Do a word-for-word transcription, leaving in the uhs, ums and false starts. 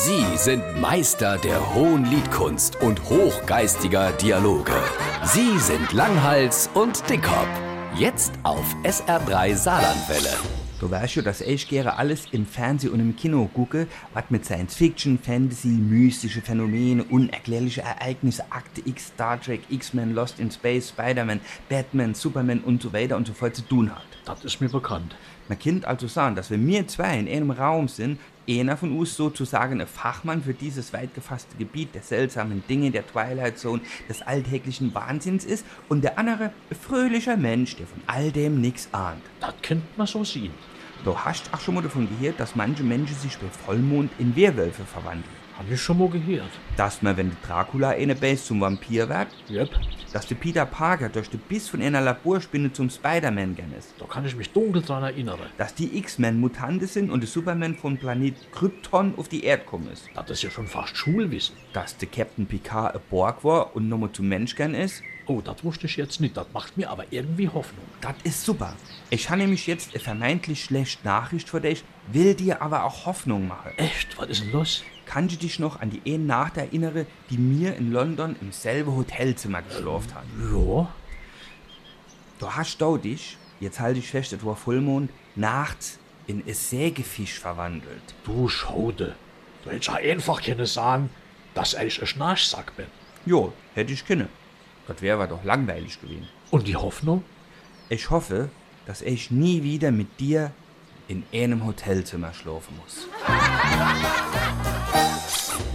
Sie sind Meister der hohen Liedkunst und hochgeistiger Dialoge. Sie sind Langhals und Dickhop. Jetzt auf S R drei Saarlandwelle. Du weißt ja, dass ich gerne alles im Fernsehen und im Kino gucke, was mit Science Fiction, Fantasy, mystische Phänomene, unerklärliche Ereignisse, Akte X, Star Trek, X-Men, Lost in Space, Spider-Man, Batman, Superman und so weiter und so fort zu tun hat. Das ist mir bekannt. Man kann also sagen, dass wenn wir zwei in einem Raum sind, einer von uns sozusagen ein Fachmann für dieses weit gefasste Gebiet der seltsamen Dinge, der Twilight Zone, des alltäglichen Wahnsinns ist und der andere ein fröhlicher Mensch, der von all dem nichts ahnt. Das könnte man so sehen. Du hast auch schon mal davon gehört, dass manche Menschen sich bei Vollmond in Werwölfe verwandeln. Hab ich schon mal gehört. Dass man, wenn der Dracula eine Base zum Vampir wird, Yep. dass der Peter Parker durch den Biss von einer Laborspinne zum Spider-Man gern ist. Da kann ich mich dunkel dran erinnern. Dass die X-Men Mutante sind und der Superman vom Planet Krypton auf die Erde gekommen ist. Das ist ja schon fast Schulwissen. Dass der Captain Picard ein Borg war und nochmal zum Mensch gern ist. Oh, das wusste ich jetzt nicht. Das macht mir aber irgendwie Hoffnung. Das ist super. Ich habe nämlich jetzt eine vermeintlich schlechte Nachricht für dich, will dir aber auch Hoffnung machen. Echt? Was ist denn los? Kannst du dich noch an die eine Nacht erinnern, die mir in London im selben Hotelzimmer geschlafen hat? Ja. Du hast da dich, jetzt halte ich fest, es war Vollmond, nachts in ein Sägefisch verwandelt. Du Schaude. Du hättest ja einfach können sagen, dass ich ein Schnarchsack bin. Jo, hätte ich können. Das wäre aber doch langweilig gewesen. Und die Hoffnung? Ich hoffe, dass ich nie wieder mit dir in einem Hotelzimmer schlafen muss.